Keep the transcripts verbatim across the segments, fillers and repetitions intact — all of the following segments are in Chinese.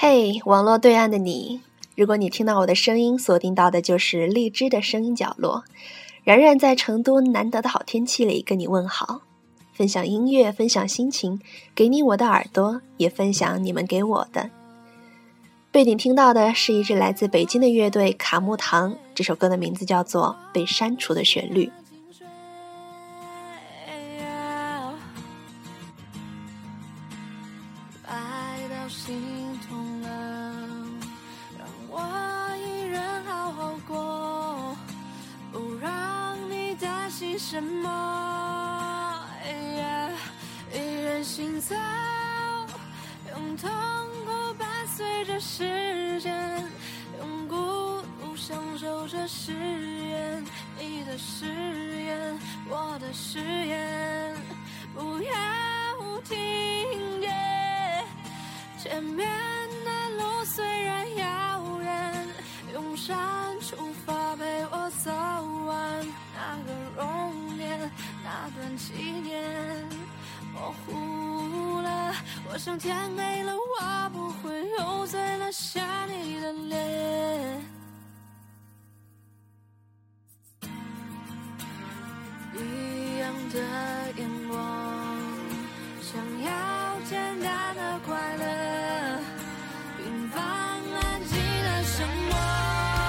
嘿，网络对岸的你，如果你听到我的声音，锁定到的就是荔枝的声音角落。然然在成都难得的好天气里跟你问好，分享音乐，分享心情，给你我的耳朵，也分享你们给我的。背景听到的是一支来自北京的乐队卡木糖，这首歌的名字叫做《被删除的旋律》。 什么、yeah, 一人行走，用痛苦伴随着时间，用孤独享受着誓言。你的誓言，我的誓言，不要停歇。前面的路虽然遥远，用删除法陪我走完那个容颜，那段纪念模糊了。我想天黑了，我不会又醉了下你的脸。一样的眼光，想要简单的快乐，平凡安静的生活。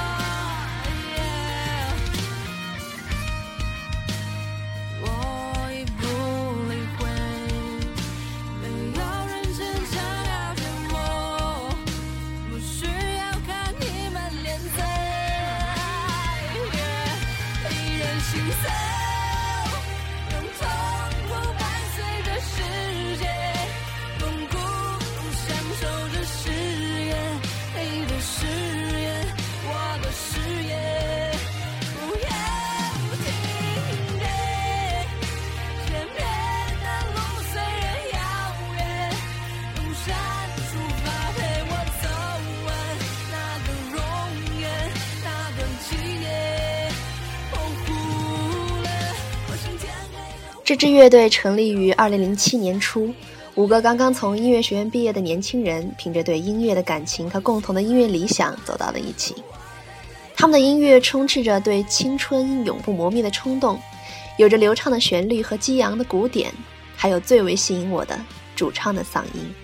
这支乐队成立于二零零七年初，五个刚刚从音乐学院毕业的年轻人，凭着对音乐的感情和共同的音乐理想走到了一起。他们的音乐充斥着对青春永不磨灭的冲动，有着流畅的旋律和激昂的鼓点，还有最为吸引我的主唱的嗓音。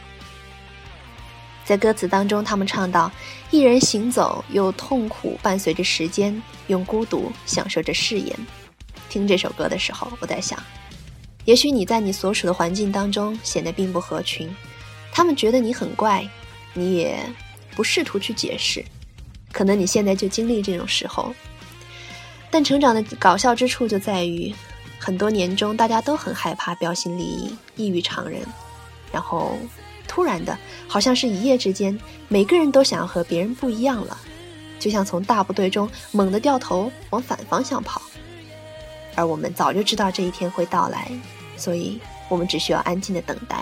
在歌词当中，他们唱到一人行走，又痛苦伴随着时间，用孤独享受着誓言。听这首歌的时候，我在想，也许你在你所处的环境当中显得并不合群，他们觉得你很怪，你也不试图去解释，可能你现在就经历这种时候。但成长的搞笑之处就在于，很多年中大家都很害怕标新立异，异于常人，然后突然的，好像是一夜之间，每个人都想要和别人不一样了，就像从大部队中猛地掉头往反方向跑。而我们早就知道这一天会到来，所以我们只需要安静的等待。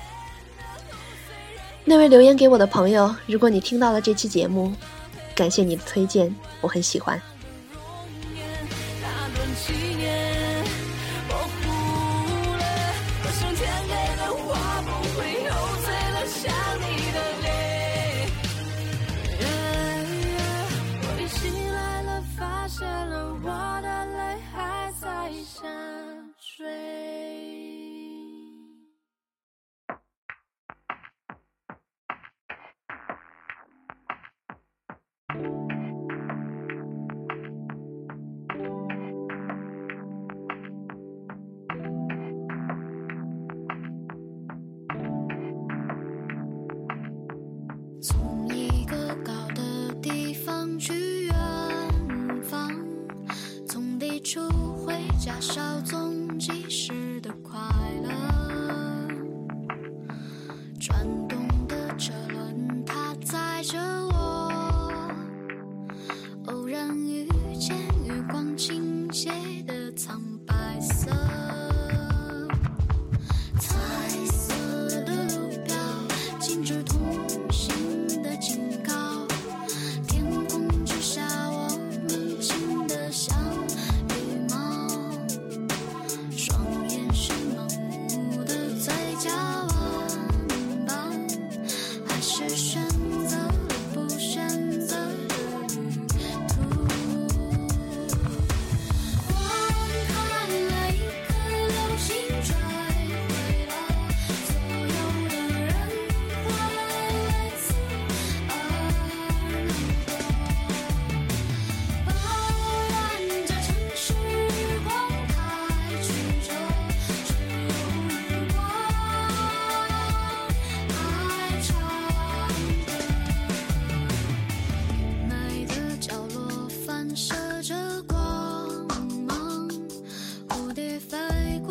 那位留言给我的朋友，如果你听到了这期节目，感谢你的推荐，我很喜欢。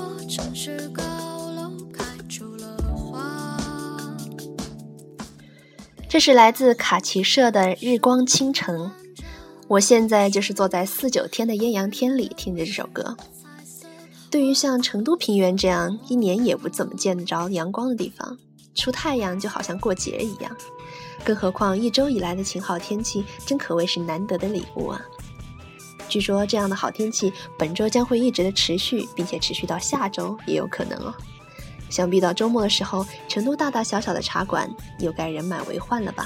过城市高楼，开出了花。 这是来自卡其社的《日光倾城》，我现在就是坐在四九天的艳阳天里听着这首歌。对于像成都平原这样一年也不怎么见得着阳光的地方，出太阳就好像过节一样，更何况一周以来的晴好天气真可谓是难得的礼物啊。据说这样的好天气本周将会一直的持续，并且持续到下周也有可能哦。想必到周末的时候，成都大大小小的茶馆又该人满为患了吧。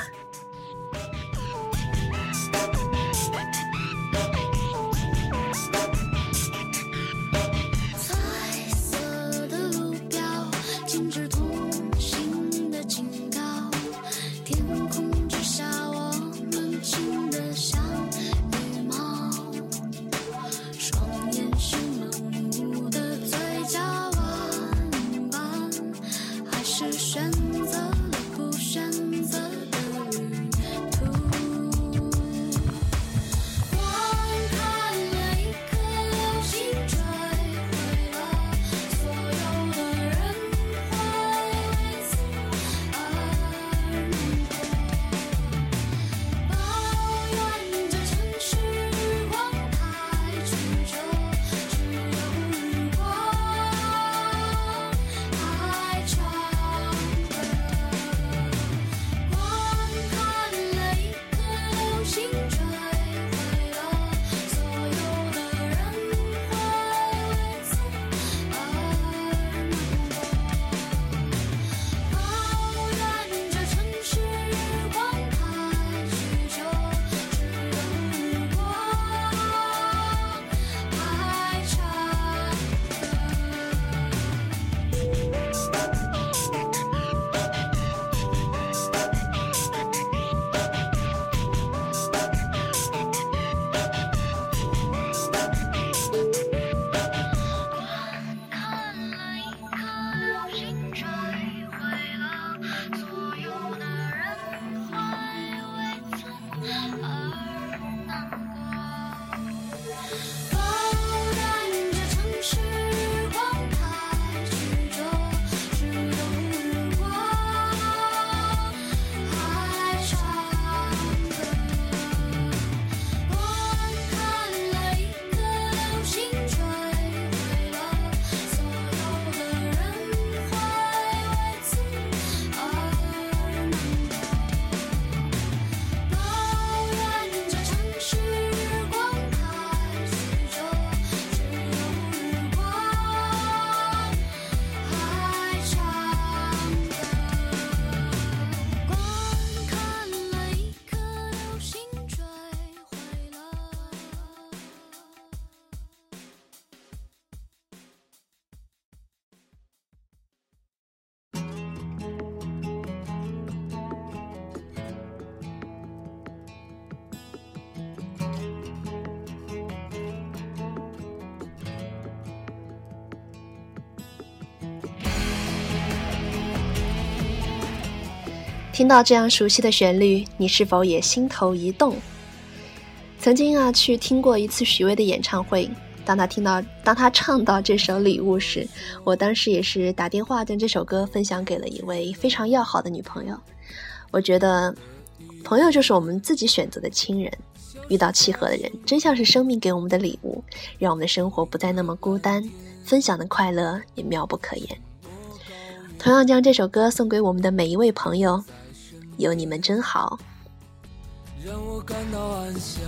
听到这样熟悉的旋律，你是否也心头一动？曾经啊，去听过一次许巍的演唱会，当他听到当他唱到这首《礼物》时，我当时也是打电话将这首歌分享给了一位非常要好的女朋友。我觉得朋友就是我们自己选择的亲人，遇到契合的人真像是生命给我们的礼物，让我们的生活不再那么孤单，分享的快乐也妙不可言。同样将这首歌送给我们的每一位朋友，有你们真好。 让我感到安详，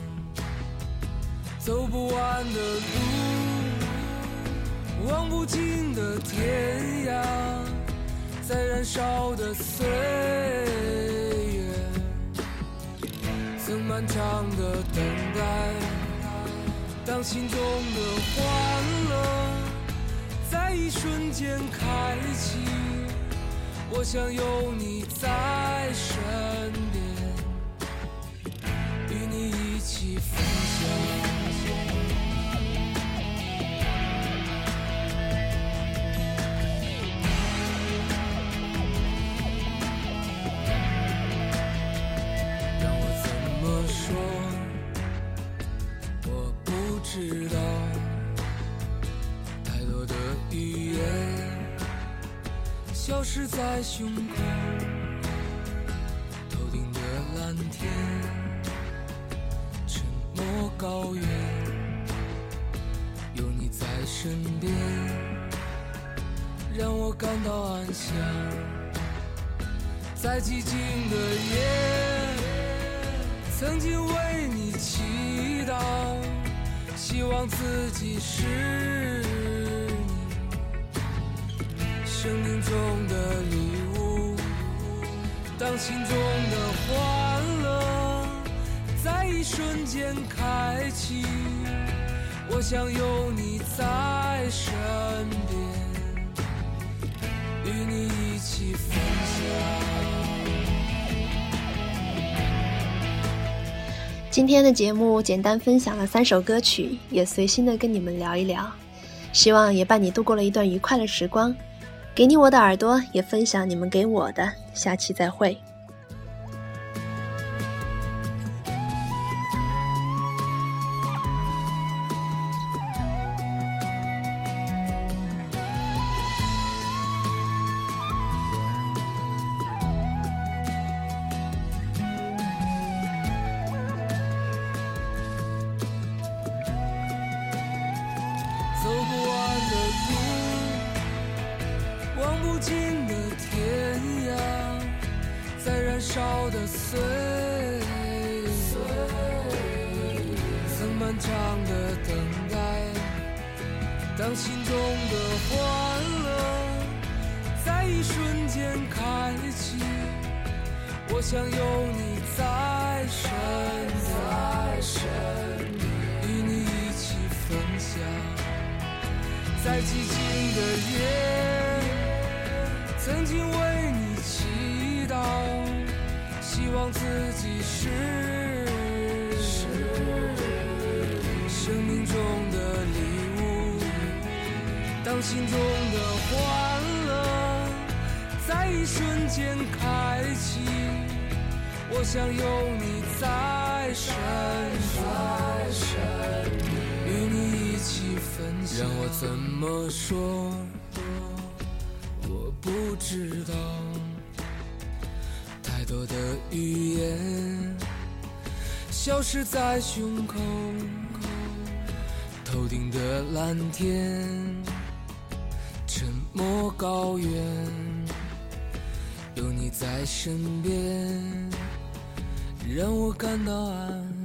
走不完的路，望不尽的天涯，在燃烧的岁月，曾漫长的等待，当心中的欢乐在一瞬间开启，我想有你在身边，与你一起分享。让我怎么说，我不知道，太多的消失在胸口，头顶的蓝天，沉默高原，有你在身边，让我感到安详。在寂静的夜，曾经为你祈祷，希望自己是生命中的礼物，当心中的欢乐在一瞬间开启，我想有你在身边，与你一起分享。 今天的节目简单分享了三首歌曲，也随心的跟你们聊一聊，希望也伴你度过了一段愉快的时光。给你我的耳朵，也分享你们给我的，下期再会。 走不完的路，望不尽的天涯，在燃烧的岁岁，曾漫长的等待，当心中的欢乐在一瞬间开启，我想有你在身边，与你一起分享。在寂静的夜，曾经为你祈祷，希望自己是生命中的礼物，当心中的欢乐在一瞬间开启，我想有你在身边，与你一起分享。让我怎么说，我不知道，太多的语言消失在胸口，头顶的蓝天，沉默高原，有你在身边，让我感到安